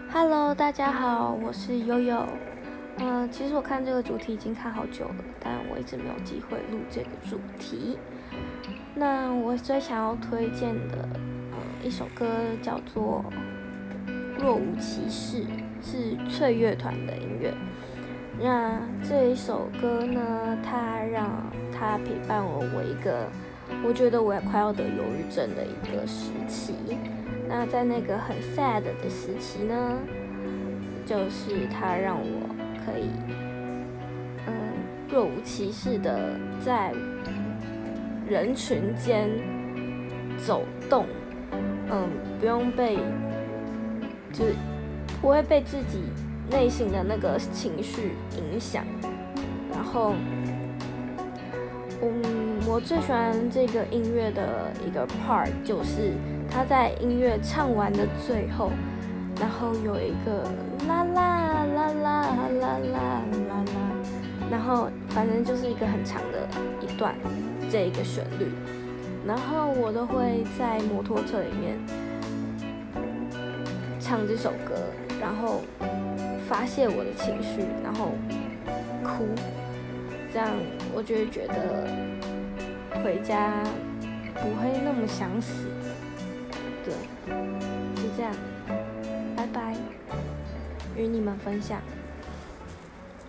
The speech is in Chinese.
Hello，大家好，我是悠悠。其实我看这个主题已经看好久了，但我一直没有机会录这个主题。那我最想要推荐的，一首歌叫做《若无其事》，是脆乐团的音乐。那这一首歌呢，它陪伴我一个，我觉得我也快要得忧郁症的一个时期。那在那个很 sad 的时期呢，就是它让我可以，若无其事的在人群间走动，不用就是不会被自己内心的那个情绪影响。然后，我最喜欢这个音乐的一个 part 就是他在音乐唱完的最后，然后有一个啦啦啦啦啦啦啦啦，然后反正就是一个很长的一段这一个旋律，然后我都会在摩托车里面唱这首歌，然后发泄我的情绪，然后哭，这样我就会觉得回家不会那么想死。对，就这样，拜拜，与你们分享。